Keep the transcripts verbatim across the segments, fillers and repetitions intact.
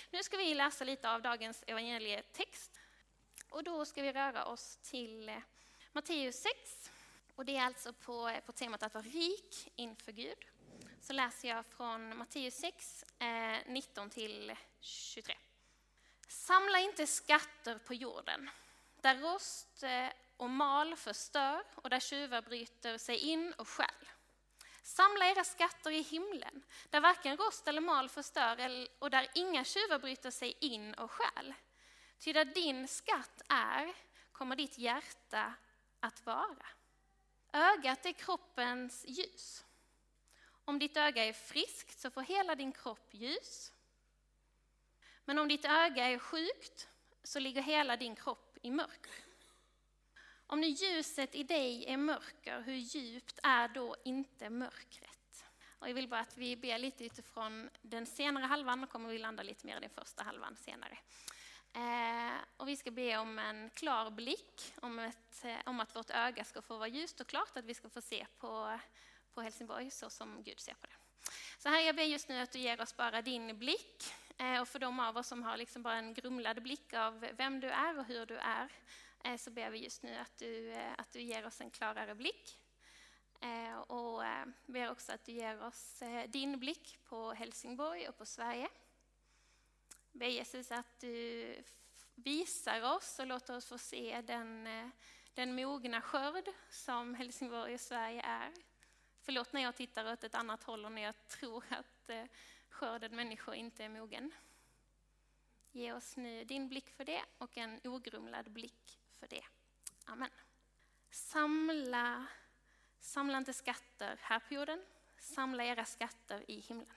Nu ska vi läsa lite av dagens evangelietext. Och då ska vi röra oss till Matteus sex. Och det är alltså på, på temat att vara rik inför Gud. Så läser jag från Matteus sex, eh, nitton till tjugotre. Samla inte skatter på jorden, där rost och mal förstör och där tjuvar bryter sig in och stjäl. Samla era skatter i himlen, där varken rost eller mal förstör och där inga tjuvar bryter sig in och stjäl. Ty där din skatt är, kommer ditt hjärta att vara. Ögat är kroppens ljus. Om ditt öga är friskt så får hela din kropp ljus. Men om ditt öga är sjukt så ligger hela din kropp i mörker. Om nu ljuset i dig är mörker, hur djupt är då inte mörkret? Och jag vill bara att vi ber lite utifrån den senare halvan och kommer vi landa lite mer i den första halvan senare. Eh, och vi ska be om en klar blick, om, ett, om att vårt öga ska få vara ljust och klart, att vi ska få se på, på Helsingborg så som Gud ser på det. Så här jag ber just nu att du ger oss bara din blick. Eh, och för de av oss som har liksom bara en grumlad blick av vem du är och hur du är, eh, så ber vi just nu att du, eh, att du ger oss en klarare blick. Eh, och eh, ber också att du ger oss eh, din blick på Helsingborg och på Sverige. Ber Jesus att du visar oss och låter oss få se den, eh, den mogna skörd som Helsingborg och Sverige är. Förlåt när jag tittar åt ett annat håll och när jag tror att eh, skörden människor inte är mogen. Ge oss nu din blick för det och en ogrumlad blick för det. Amen. Samla, samla inte skatter här på jorden. Samla era skatter i himlen.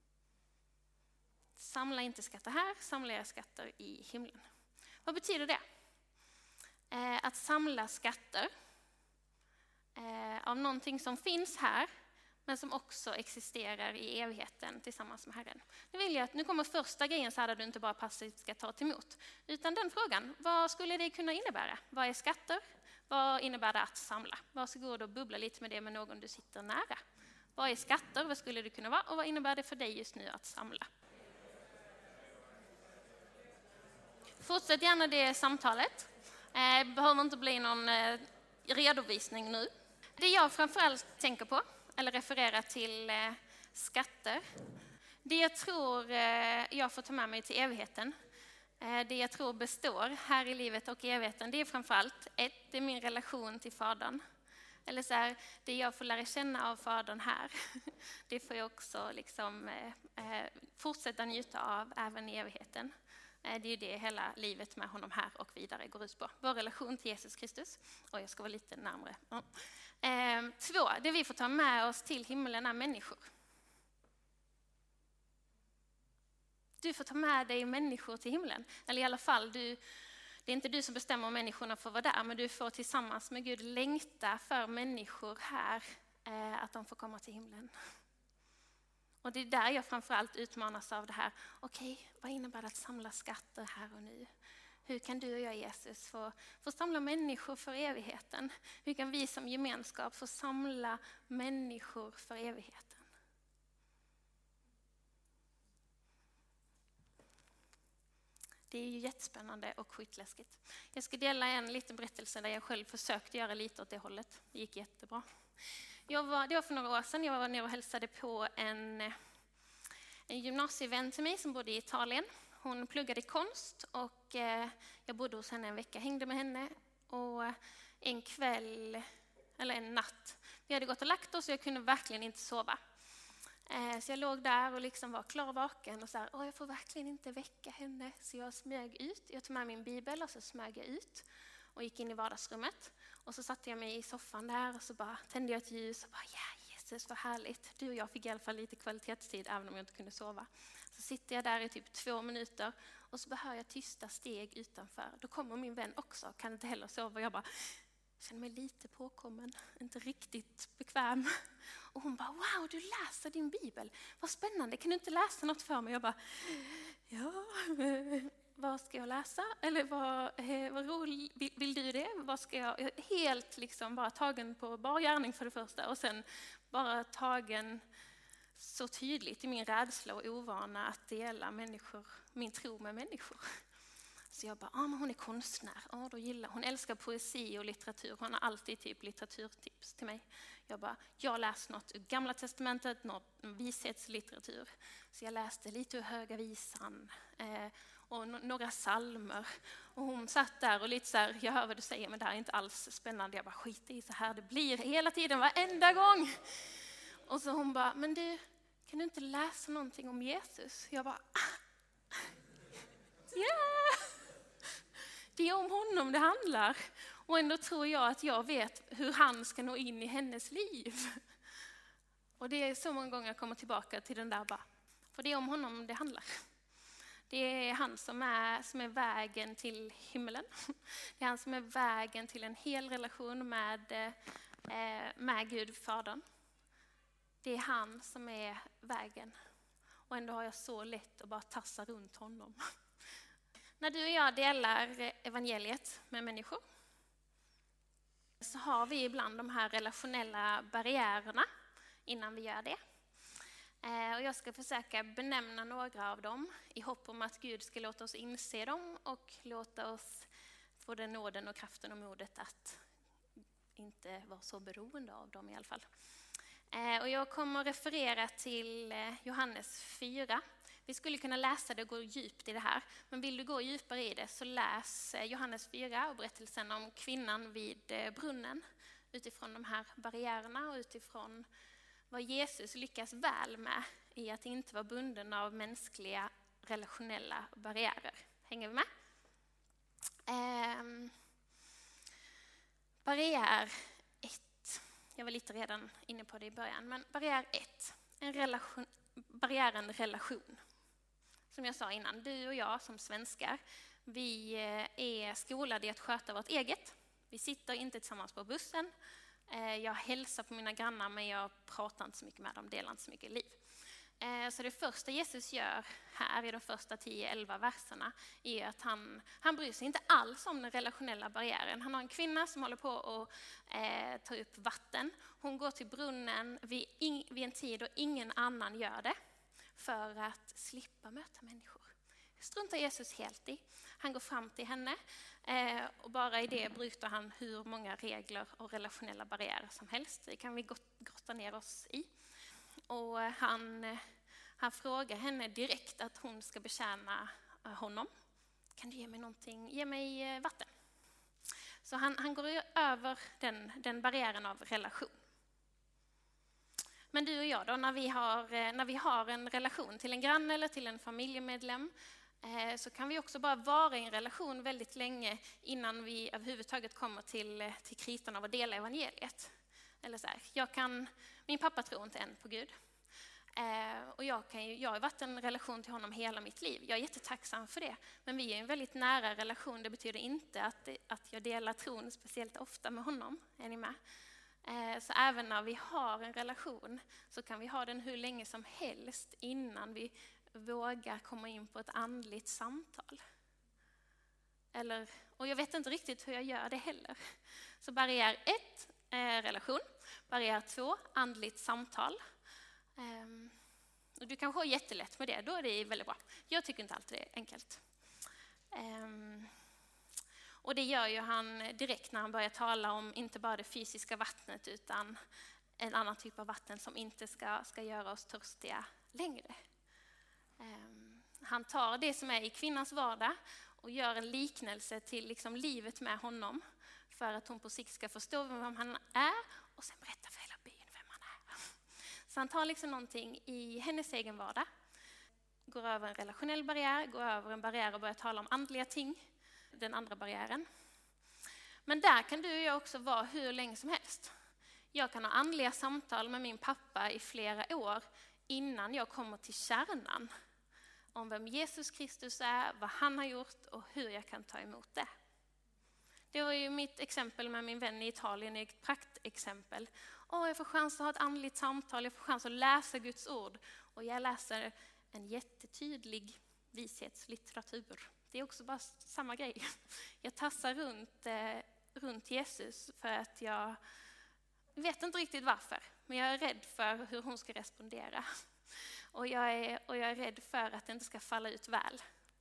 Samla inte skatter här, samla era skatter i himlen. Vad betyder det? Eh, att samla skatter eh, av någonting som finns här, men som också existerar i evigheten tillsammans med Herren. Nu vill jag att nu kommer första grejen så här där du inte bara passivt ska ta emot. Utan den frågan, vad skulle det kunna innebära? Vad är skatter? Vad innebär det att samla? Varsågod och bubbla lite med det med någon du sitter nära. Vad är skatter? Vad skulle det kunna vara? Och vad innebär det för dig just nu att samla? Fortsätt gärna det samtalet. Det eh, behöver inte bli någon eh, redovisning nu. Det jag framförallt tänker på, eller refererar till eh, skatter. Det jag tror eh, jag får ta med mig till evigheten, eh, det jag tror består här i livet och i evigheten, det är framförallt ett, det är min relation till Fadern. Eller så här, det jag får lära känna av Fadern här, det får jag också liksom, eh, fortsätta njuta av även i evigheten. Eh, det är ju det hela livet med honom här och vidare går ut på. Vår relation till Jesus Kristus. Och jag ska vara lite närmare. Ja. Eh, två, det vi får ta med oss till himlen är människor. Du får ta med dig människor till himlen. Eller i alla fall, du, det är inte du som bestämmer om människorna får vara där. Men du får tillsammans med Gud längta för människor här. Eh, att de får komma till himlen. Och det är där jag framförallt utmanas av det här. Okej, vad innebär det att samla skatter här och nu? Hur kan du och jag, Jesus, få, få samla människor för evigheten? Hur kan vi som gemenskap få samla människor för evigheten? Det är ju jättespännande och skitläskigt. Jag ska dela en liten berättelse där jag själv försökte göra lite åt det hållet. Det gick jättebra. Jag var, det var för några år sedan, jag var nere och hälsade på en, en gymnasievän till mig som bodde i Italien. Hon pluggade konst och eh, jag bodde hos henne en vecka, hängde med henne. Och en kväll, eller en natt, vi hade gått och lagt oss och jag kunde verkligen inte sova. Eh, så jag låg där och liksom var klar och vaken och så här, åh, jag får verkligen inte väcka henne. Så jag smög ut, jag tog med min bibel och så smög jag ut och gick in i vardagsrummet. Och så satte jag mig i soffan där och så bara tände jag ett ljus och bara, ja Jesus, vad härligt. Du och jag fick i alla fall lite kvalitetstid även om jag inte kunde sova. Så sitter jag där i typ två minuter och så hör jag tysta steg utanför. Då kommer min vän också, kan inte heller sova. Jag bara känner mig lite påkommen, inte riktigt bekväm. Och hon bara, wow, du läser din bibel. Vad spännande, kan du inte läsa något för mig? Jag bara, ja, vad ska jag läsa? Eller vad, vad roligt, vill, vill du det? Vad ska jag, jag är helt liksom bara tagen på bar gärning för det första. Och sen bara tagen så tydligt i min rädsla och ovana att dela människor min tro med människor. Så jag bara, ah, men hon är konstnär. Ah, då gillar. Hon älskar poesi och litteratur. Hon har alltid typ litteraturtips till mig. Jag bara, jag läste något ur Gamla testamentet, något vishetslitteratur. Så jag läste lite ur Höga visan eh, och no- några salmer. Och hon satt där och lite så här, jag hör vad du säger men det här är inte alls spännande. Jag bara, skit i så här det blir hela tiden, varenda gång. Och så hon bara, men du, kan du inte läsa någonting om Jesus? Jag bara, ja! Yeah. Det är om honom det handlar. Och ändå tror jag att jag vet hur han ska nå in i hennes liv. Och det är så många gånger jag kommer tillbaka till den där bara. För det är om honom det handlar. Det är han som är, som är vägen till himlen. Det är han som är vägen till en hel relation med, eh, med Gud, Fadern. Det är han som är vägen. Och ändå har jag så lätt att bara tassa runt honom. När du och jag delar evangeliet med människor så har vi ibland de här relationella barriärerna innan vi gör det. Och jag ska försöka benämna några av dem i hopp om att Gud ska låta oss inse dem och låta oss få den nåden och kraften och modet att inte vara så beroende av dem i alla fall. Och jag kommer att referera till Johannes fyra. Vi skulle kunna läsa det och gå djupt i det här. Men vill du gå djupare i det så läs Johannes fyra och berättelsen om kvinnan vid brunnen. Utifrån de här barriärerna och utifrån vad Jesus lyckas väl med i att inte vara bunden av mänskliga relationella barriärer. Hänger vi med? Eh, barriär ett. Jag var lite redan inne på det i början. Men barriär ett. En relation, barriären relation. Som jag sa innan, du och jag som svenskar, vi är skolade i att sköta vårt eget. Vi sitter inte tillsammans på bussen. Jag hälsar på mina grannar men jag pratar inte så mycket med dem, delar inte så mycket liv. Så det första Jesus gör här i de första tio elva verserna är att han, han bryr sig inte alls om den relationella barriären. Han har en kvinna som håller på att eh, ta upp vatten. Hon går till brunnen vid, in, vid en tid då ingen annan gör det för att slippa möta människor. Struntar Jesus helt i. Han går fram till henne eh, och bara i det bryter han hur många regler och relationella barriärer som helst. Det kan vi grotta ner oss i. Och han, han frågar henne direkt att hon ska betjäna honom. Kan du ge mig någonting? Ge mig vatten. Så han, han går över den, den barriären av relation. Men du och jag då, när vi har, när vi har en relation till en granne eller till en familjemedlem så kan vi också bara vara i en relation väldigt länge innan vi överhuvudtaget kommer till, till kritan av att dela evangeliet. Eller så här, jag kan, min pappa tror inte än på Gud. Eh, och jag, kan ju, jag har varit en relation till honom hela mitt liv. Jag är jättetacksam för det. Men vi är en väldigt nära relation. Det betyder inte att, att jag delar tron speciellt ofta med honom. Är ni med? Eh, så även när vi har en relation så kan vi ha den hur länge som helst innan vi vågar komma in på ett andligt samtal. Eller, och jag vet inte riktigt hur jag gör det heller. Så barriär ett, eh, relation. Barriär två, andligt samtal. Um, och du kanske har jättelätt med det, då är det väldigt bra. Jag tycker inte alltid det är enkelt. Um, och det gör ju han direkt när han börjar tala om inte bara det fysiska vattnet utan en annan typ av vatten som inte ska, ska göra oss törstiga längre. Um, han tar det som är i kvinnans vardag och gör en liknelse till liksom livet med honom för att hon på sikt ska förstå vem han är och sen berätta för hela byn vem han är. Så han tar liksom någonting i hennes egen vardag, går över en relationell barriär, går över en barriär och börjar tala om andliga ting, den andra barriären. Men där kan du och jag också vara hur länge som helst. Jag kan ha andliga samtal med min pappa i flera år innan jag kommer till kärnan om vem Jesus Kristus är, vad han har gjort och hur jag kan ta emot det. Det var ju mitt exempel med min vän i Italien, ett praktexempel. Åh, jag får chans att ha ett andligt samtal, jag får chans att läsa Guds ord. Och jag läser en jättetydlig vishetslitteratur. Det är också bara samma grej. Jag tassar runt, eh, runt Jesus för att jag vet inte riktigt varför. Men jag är rädd för hur hon ska respondera. Och jag är, och jag är rädd för att det inte ska falla ut väl.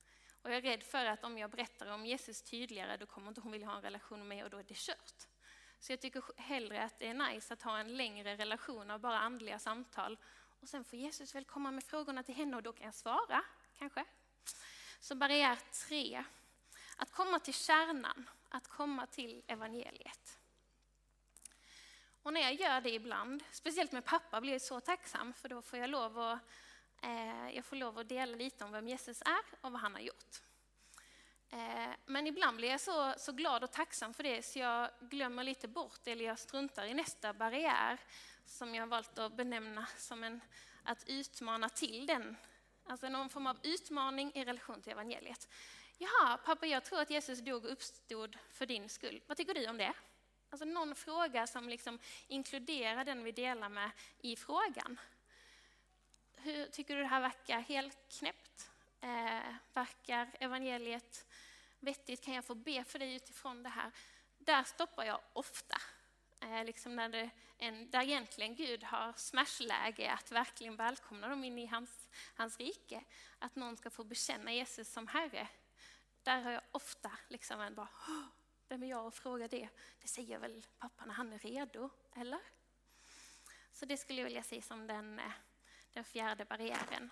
Och jag är rädd för att om jag berättar om Jesus tydligare, då kommer inte hon vilja ha en relation med mig och då är det kört. Så jag tycker hellre att det är nice att ha en längre relation av bara andliga samtal. Och sen får Jesus väl komma med frågorna till henne och då kan jag svara, kanske. Så barriär tre. Att komma till kärnan, att komma till evangeliet. Och när jag gör det ibland, speciellt med pappa, blir jag så tacksam för då får jag lov att, eh, jag får lov att dela lite om vem Jesus är och vad han har gjort. Eh, men ibland blir jag så, så glad och tacksam för det så jag glömmer lite bort eller jag struntar i nästa barriär som jag har valt att benämna som en, att utmana till den. Alltså någon form av utmaning i relation till evangeliet. Jaha, pappa, jag tror att Jesus dog och uppstod för din skull. Vad tycker du om det? Alltså någon fråga som liksom inkluderar den vi delar med i frågan. Hur tycker du det här verkar helt knäppt? Eh, verkar evangeliet vettigt? Kan jag få be för dig utifrån det här? Där stoppar jag ofta. Eh, liksom när det, en, där egentligen Gud har smashläge att verkligen välkomna dem in i hans, hans rike. Att någon ska få bekänna Jesus som Herre. Där har jag ofta liksom en bara, vem är jag och frågar det? Det säger väl pappa när han är redo, eller? Så det skulle jag vilja se som den, den fjärde barriären.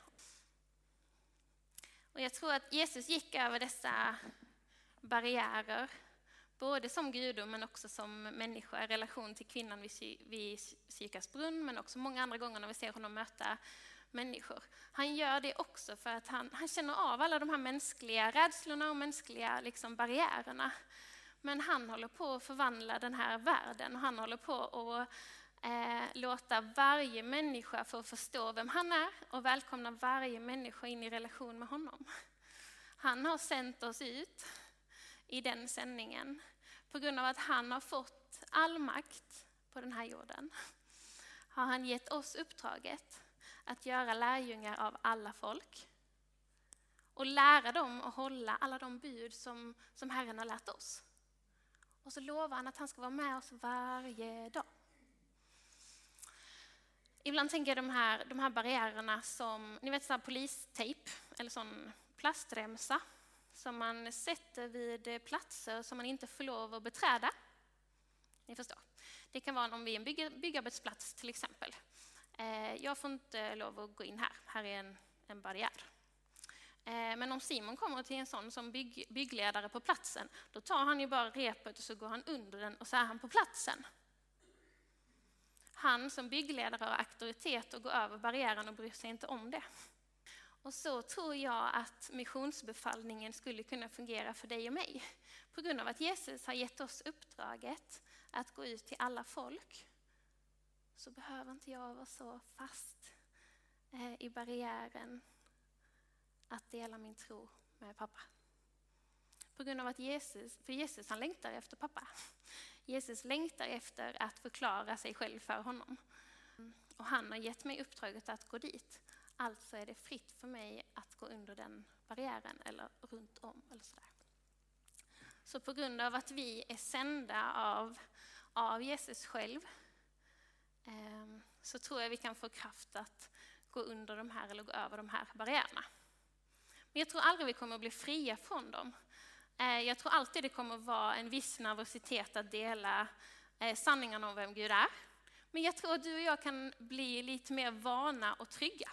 Och jag tror att Jesus gick över dessa barriärer, både som gudom men också som människa i relation till kvinnan vid, vid Sykars brunn, men också många andra gånger när vi ser honom möta människor. Han gör det också för att han, han känner av alla de här mänskliga rädslorna och mänskliga liksom, barriärerna. Men han håller på att förvandla den här världen och han håller på att eh, låta varje människa få förstå vem han är och välkomna varje människa in i relation med honom. Han har sänt oss ut i den sändningen på grund av att han har fått all makt på den här jorden. Har han gett oss uppdraget att göra lärjungar av alla folk och lära dem att hålla alla de bud som, som Herren har lärt oss. Och så lovar han att han ska vara med oss varje dag. Ibland tänker jag de här, de här barriärerna som, ni vet så här polistejp eller sån plastremsa som man sätter vid platser som man inte får lov att beträda. Ni förstår. Det kan vara om vi är en bygg, byggarbetsplats till exempel. Eh, jag får inte lov att gå in här. Här är en, en barriär. Eh, men om Simon kommer till en sån som bygg, byggledare på platsen, då tar han ju bara repet och så går han under den och så är han på platsen. Han som byggledare har auktoritet och går över barriären och bryr sig inte om det. Och så tror jag att missionsbefallningen skulle kunna fungera för dig och mig. På grund av att Jesus har gett oss uppdraget att gå ut till alla folk, så behöver inte jag vara så fast eh, i barriären att dela min tro med pappa. På grund av att Jesus, för Jesus han längtar efter pappa. Jesus längtar efter att förklara sig själv för honom. Och han har gett mig uppdraget att gå dit. Alltså är det fritt för mig att gå under den barriären eller runt om eller sådär. Så på grund av att vi är sända av, av Jesus själv, eh, så tror jag vi kan få kraft att gå under de här eller gå över de här barriärerna. Men jag tror aldrig vi kommer att bli fria från dem. Eh, jag tror alltid det kommer att vara en viss nervositet att dela eh, sanningen om vem Gud är. Men jag tror att du och jag kan bli lite mer vana och trygga.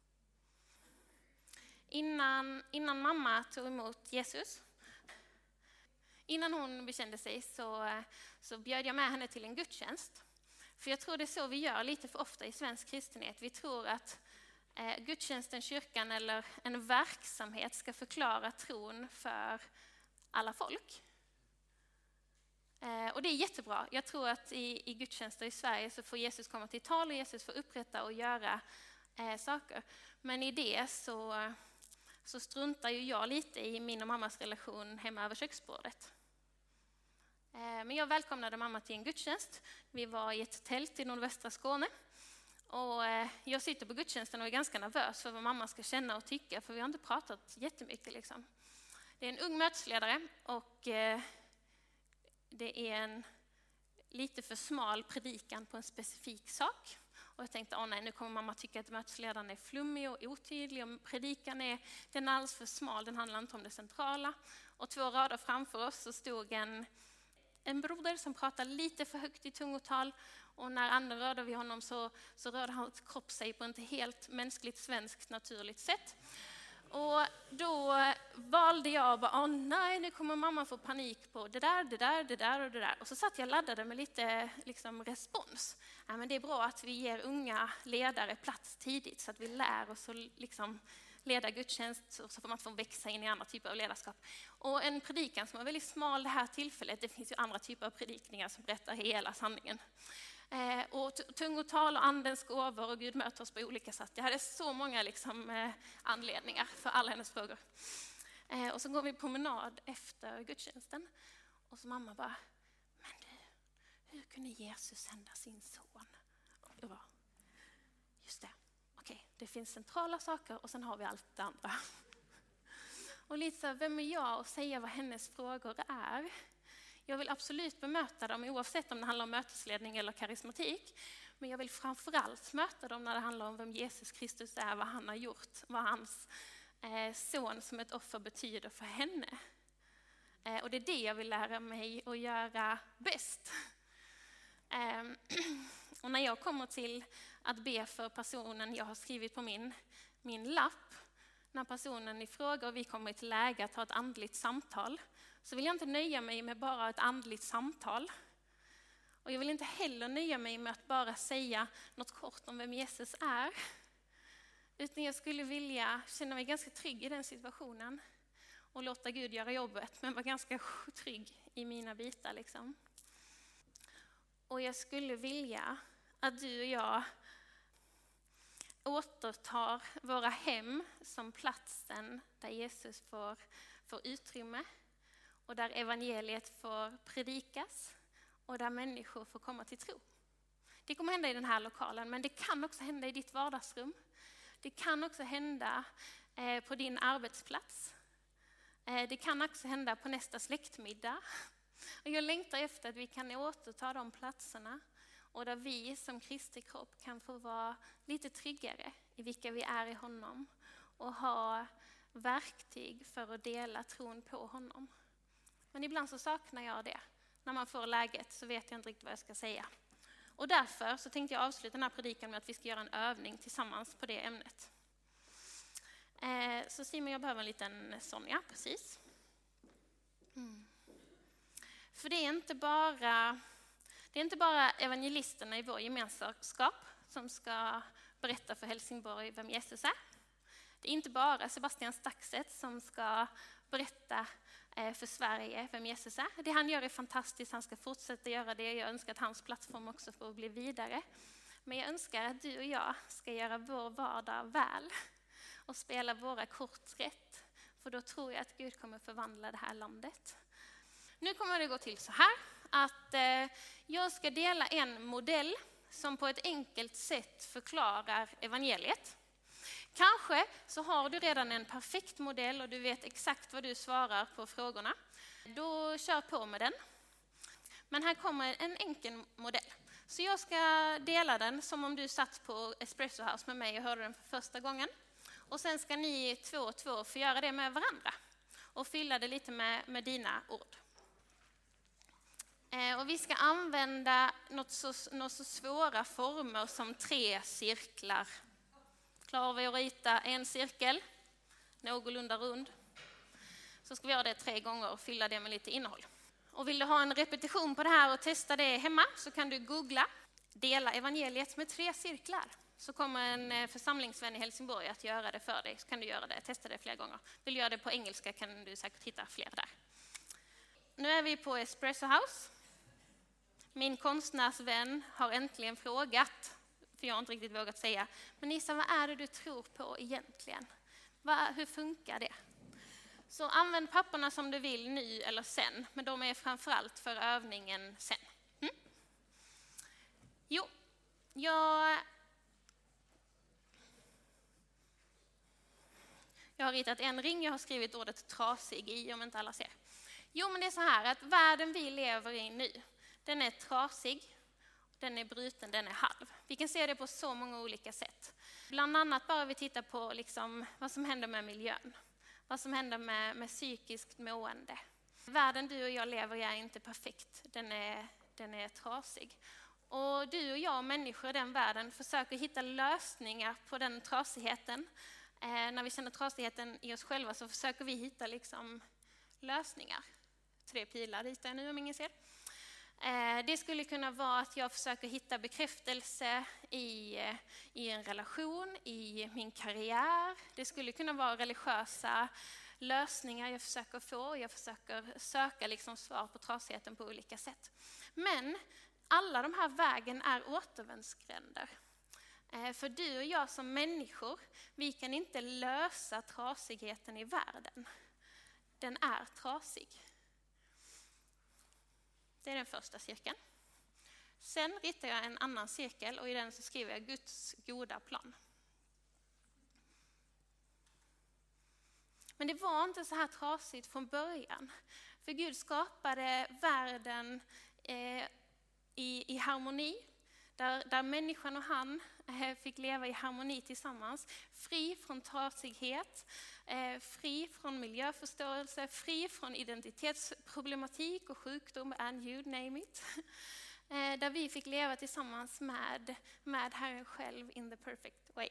Innan, innan mamma tog emot Jesus, innan hon bekände sig så, så bjöd jag med henne till en gudstjänst. För jag tror det är så vi gör lite för ofta i svensk kristenhet. Vi tror att eh, gudstjänsten, kyrkan eller en verksamhet ska förklara tron för alla folk. Eh, och det är jättebra. Jag tror att i, i gudstjänster i Sverige så får Jesus komma till tal och Jesus får upprätta och göra eh, saker. Men i det så... så struntar ju jag lite i min och mammas relation hemma över köksbordet. Men jag välkomnade mamma till en gudstjänst. Vi var i ett tält i nordvästra Skåne. Och jag sitter på gudstjänsten och är ganska nervös för vad mamma ska känna och tycka. För vi har inte pratat jättemycket. Liksom. Det är en ung mötesledare och det är en lite för smal predikan på en specifik sak. Och jag tänkte, åh nej, nu kommer mamma tycka att mötesledaren är flummig och otydlig. Och predikan är, den är alldeles för smal, den handlar inte om det centrala. Och två rader framför oss så stod en, en broder som pratade lite för högt i tungotal. Och när andra rörde vid honom så, så rörde hans kropp sig på ett helt mänskligt, svenskt, naturligt sätt. Och då valde jag bara, åh nej, nu kommer mamma få panik på det där, det där, det där och det där. Och så satt jag och laddade med lite liksom, respons. Ja, men det är bra att vi ger unga ledare plats tidigt så att vi lär oss att liksom, leda gudstjänst och så får man få växa in i andra typer av ledarskap. Och en predikan som är väldigt smal det här tillfället, det finns ju andra typer av predikningar som berättar hela sanningen. Eh, och tungotal och andens gåvor och Gud möter oss på olika sätt. Jag hade så många liksom, eh, anledningar för alla hennes frågor. Eh, och så går vi promenad efter gudstjänsten. Och så mamma bara, men du, hur kunde Jesus sända sin son? Och jag bara, just det, okej, det finns centrala saker och sen har vi allt det andra. Och lite så, vem är jag att säga vad hennes frågor är? Jag vill absolut bemöta dem oavsett om det handlar om mötesledning eller karismatik. Men jag vill framförallt möta dem när det handlar om vem Jesus Kristus är, vad han har gjort, vad hans eh, son som ett offer betyder för henne. Eh, och det är det jag vill lära mig att göra bäst. Eh, och när jag kommer till att be för personen jag har skrivit på min, min lapp, när personen i fråga och vi kommer till läge att ha ett andligt samtal, så vill jag inte nöja mig med bara ett andligt samtal. Och jag vill inte heller nöja mig med att bara säga något kort om vem Jesus är. Utan jag skulle vilja känna mig ganska trygg i den situationen. Och låta Gud göra jobbet, men vara ganska trygg i mina bitar. Liksom. Och jag skulle vilja att du och jag återtar våra hem som platsen där Jesus får, får utrymme. Och där evangeliet får predikas och där människor får komma till tro. Det kommer hända i den här lokalen, men det kan också hända i ditt vardagsrum. Det kan också hända eh, på din arbetsplats. Eh, det kan också hända på nästa släktmiddag. Och jag längtar efter att vi kan återta de platserna och där vi som Kristi kropp kan få vara lite tryggare i vilka vi är i honom och ha verktyg för att dela tron på honom. Men ibland så saknar jag det. När man får läget så vet jag inte riktigt vad jag ska säga. Och därför så tänkte jag avsluta den här predikan med att vi ska göra en övning tillsammans på det ämnet. Eh, så Simon, jag behöver en liten Sonja, precis. Mm. För det är inte bara, det är inte bara evangelisterna i vår gemenskap som ska berätta för Helsingborg vem Jesus är. Det är inte bara Sebastian Staxet som ska berätta för Sverige vem Jesus är. Det han gör är fantastiskt, han ska fortsätta göra det. Jag önskar att hans plattform också får bli vidare. Men jag önskar att du och jag ska göra vår vardag väl och spela våra kort rätt. För då tror jag att Gud kommer förvandla det här landet. Nu kommer det gå till så här att eh, jag ska dela en modell som på ett enkelt sätt förklarar evangeliet. Kanske så har du redan en perfekt modell och du vet exakt vad du svarar på frågorna. Då kör på med den. Men här kommer en enkel modell. Så jag ska dela den som om du satt på Espresso House med mig och hörde den för första gången. Och sen ska ni två och två få göra det med varandra. Och fylla det lite med, med dina ord. Eh, och vi ska använda något så, något så svåra former som tre cirklar. Klarar vi att rita en cirkel, någorlunda rund, så ska vi göra det tre gånger och fylla det med lite innehåll. Och vill du ha en repetition på det här och testa det hemma så kan du googla dela evangeliet med tre cirklar. Så kommer en församlingsvän i Helsingborg att göra det för dig, så kan du göra det, testa det flera gånger. Vill du göra det på engelska kan du säkert hitta fler där. Nu är vi på Espresso House. Min konstnärsvän har äntligen frågat, för jag har inte riktigt vågat säga. Men Nissa, vad är det du tror på egentligen? Vad, hur funkar det? Så använd papperna som du vill nu eller sen. Men de är framförallt för övningen sen. Mm? Jo, jag... Jag har ritat en ring, jag har skrivit ordet trasig i om inte alla ser. Jo, men det är så här att världen vi lever i nu, den är trasig. den är bruten, den är halv. Vi kan se det på så många olika sätt. Bland annat bara vi tittar på liksom vad som händer med miljön. Vad som händer med, med psykiskt mående. Världen du och jag lever i är inte perfekt. Den är, den är trasig. Och du och jag, människor i den världen, försöker hitta lösningar på den trasigheten. Eh, när vi känner trasigheten i oss själva så försöker vi hitta liksom lösningar. Tre pilar ritar jag nu om ingen ser. Eh, det skulle kunna vara att jag försöker hitta bekräftelse i, i en relation, i min karriär. Det skulle kunna vara religiösa lösningar jag försöker få. Jag försöker söka liksom svar på trasigheten på olika sätt. Men alla de här vägen är återvändsgränder. Eh, för du och jag som människor, vi kan inte lösa trasigheten i världen. Den är trasig. Det är den första cirkeln. Sen ritar jag en annan cirkel och i den så skriver jag Guds goda plan. Men det var inte så här trasigt från början. För Gud skapade världen eh, i, i harmoni. Där, där människan och han eh, fick leva i harmoni tillsammans. Fri från trasighet, eh, fri från miljöförstörelse, fri från identitetsproblematik och sjukdom, and you name it. Eh, där vi fick leva tillsammans med, med Herren själv in the perfect way.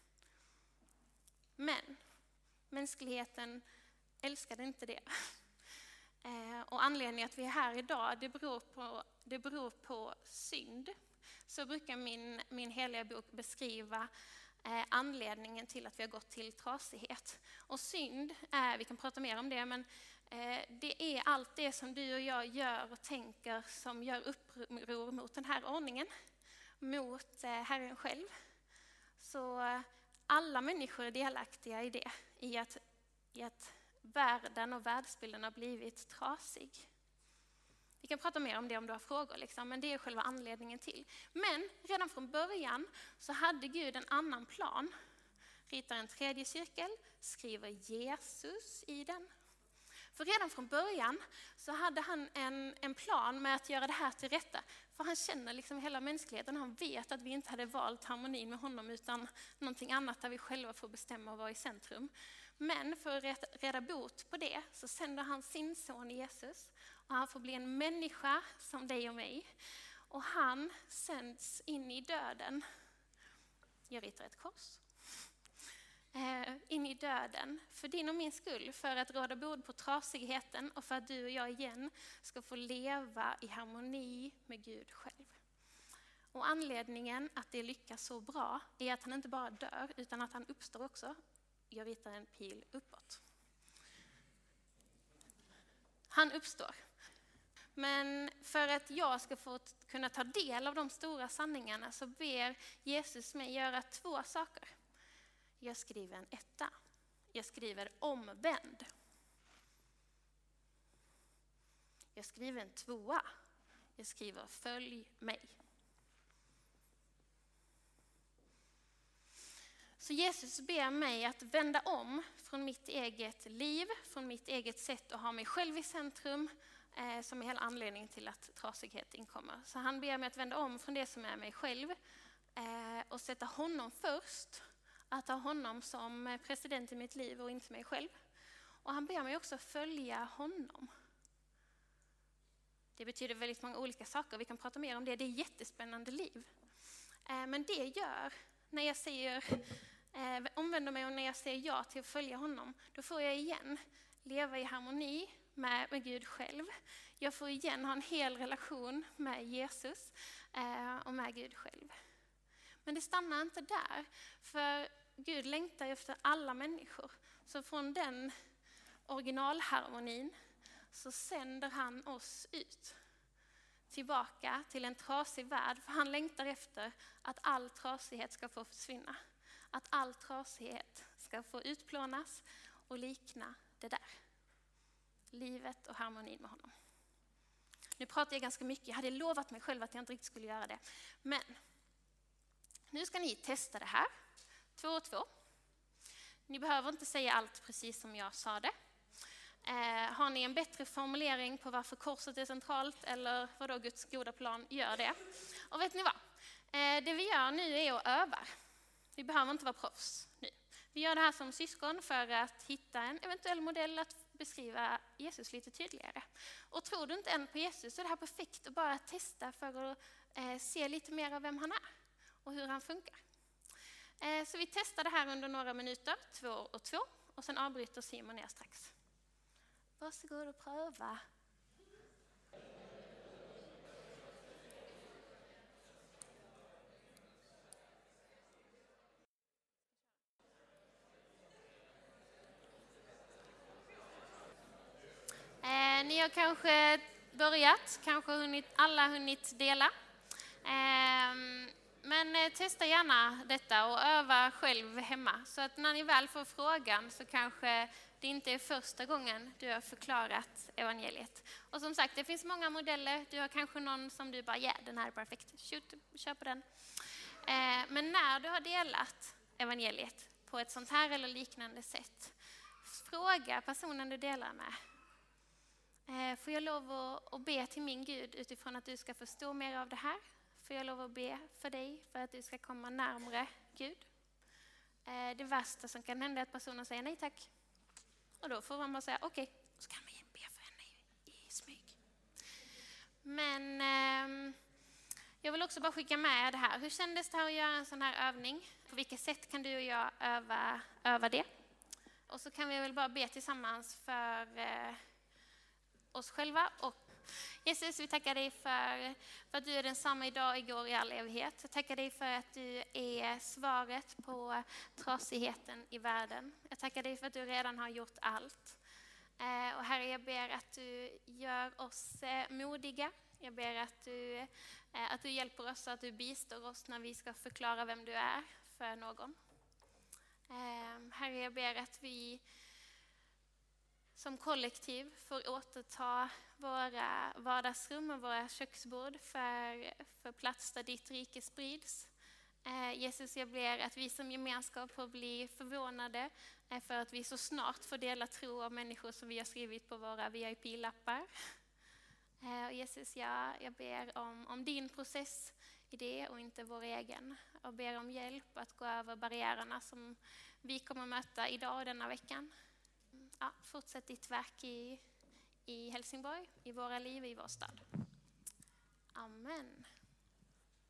Men mänskligheten älskade inte det. Eh, och anledningen att vi är här idag, det beror på, det beror på synd. Så brukar min, min heliga bok beskriva eh, anledningen till att vi har gått till trasighet. Och synd, är, vi kan prata mer om det, men eh, det är allt det som du och jag gör och tänker som gör uppror mot den här ordningen. Mot eh, Herren själv. Så eh, alla människor är delaktiga i det. I att, i att världen och världsbilden har blivit trasig. Vi kan prata mer om det om du har frågor, liksom, men det är själva anledningen till. Men redan från början så hade Gud en annan plan. Ritar en tredje cirkel, skriver Jesus i den. För redan från början så hade han en, en plan med att göra det här till rätta. För han känner liksom hela mänskligheten, han vet att vi inte hade valt harmonin med honom utan någonting annat där vi själva får bestämma och vara i centrum. Men för att rädda bot på det så sänder han sin son Jesus. Och han får bli en människa som dig och mig. Och han sänds in i döden. Jag ritar ett kors. Eh, in i döden. För din och min skull. För att råda bot på trasigheten. Och för att du och jag igen ska få leva i harmoni med Gud själv. Och anledningen att det lyckas så bra är att han inte bara dör utan att han uppstår också. Jag ritar en pil uppåt. Han uppstår. Men för att jag ska få kunna ta del av de stora sanningarna så ber Jesus mig göra två saker. Jag skriver en etta. Jag skriver omvänd. Jag skriver en tvåa. Jag skriver följ mig. Så Jesus ber mig att vända om från mitt eget liv, från mitt eget sätt att ha mig själv i centrum, eh, som är hela anledningen till att trasighet inkommer. Så han ber mig att vända om från det som är mig själv eh, och sätta honom först, att ha honom som president i mitt liv och inte mig själv. Och han ber mig också följa honom. Det betyder väldigt många olika saker, vi kan prata mer om det, det är ett jättespännande liv. Eh, men det gör, när jag säger eh, omvänder mig och när jag säger ja till att följa honom, då får jag igen leva i harmoni med, med Gud själv. Jag får igen ha en hel relation med Jesus eh, och med Gud själv. Men det stannar inte där, för Gud längtar efter alla människor. Så från den originalharmonin så sänder han oss ut. Tillbaka till en trasig värld, för han längtar efter att all trasighet ska få försvinna. Att all trasighet ska få utplånas och likna det där. Livet och harmonin med honom. Nu pratar jag ganska mycket, jag hade lovat mig själv att jag inte riktigt skulle göra det. Men nu ska ni testa det här, två och två. Ni behöver inte säga allt precis som jag sa det. Eh, har ni en bättre formulering på varför korset är centralt eller vad då Guds goda plan, gör det. Och vet ni vad? Eh, det vi gör nu är att öva. Vi behöver inte vara proffs nu. Vi gör det här som syskon för att hitta en eventuell modell att beskriva Jesus lite tydligare. Och tror du inte än på Jesus så är det här perfekt att bara testa för att eh, se lite mer av vem han är och hur han funkar. Eh, så vi testar det här under några minuter, två och två, och sen avbryter Simon ner strax. Varsågod och pröva. Eh, ni har kanske börjat, kanske hunnit, alla hunnit dela. Eh, men eh, testa gärna detta och öva själv hemma. Så att när ni väl får frågan så kanske det inte är första gången du har förklarat evangeliet. Och som sagt, det finns många modeller. Du har kanske någon som du bara, ja, den här är perfekt. Shoot, köp den. Eh, men när du har delat evangeliet på ett sånt här eller liknande sätt, fråga personen du delar med. Får jag lov att be till min Gud utifrån att du ska förstå mer av det här? Får jag lov att be för dig för att du ska komma närmare Gud? Det värsta som kan hända är att personen säger nej tack. Och då får man bara säga okej, okay. Så kan man be för henne i, i smyg. Men eh, jag vill också bara skicka med det här. Hur kändes det här att göra en sån här övning? På vilket sätt kan du och jag öva, öva det? Och så kan vi väl bara be tillsammans för... Eh, oss själva. Och Jesus, vi tackar dig för, för att du är densamma idag, igår, i all evighet. Jag tackar dig för att du är svaret på trasigheten i världen. Jag tackar dig för att du redan har gjort allt. Eh, och Herre, jag ber att du gör oss eh, modiga. Jag ber att du, eh, att du hjälper oss och att du bistår oss när vi ska förklara vem du är för någon. Eh, Herre, jag ber att vi som kollektiv får återta våra vardagsrum och våra köksbord för, för plats där ditt rike sprids. Eh, Jesus, jag ber att vi som gemenskap får bli förvånade eh, för att vi så snart får dela tro av människor som vi har skrivit på våra V I P-lappar. Eh, och Jesus, jag, jag ber om, om din process i det och inte vår egen. Och ber om hjälp att gå över barriärerna som vi kommer möta idag och denna veckan. Ja, fortsätt ditt verk i, i Helsingborg, i våra liv, i vår stad. Amen.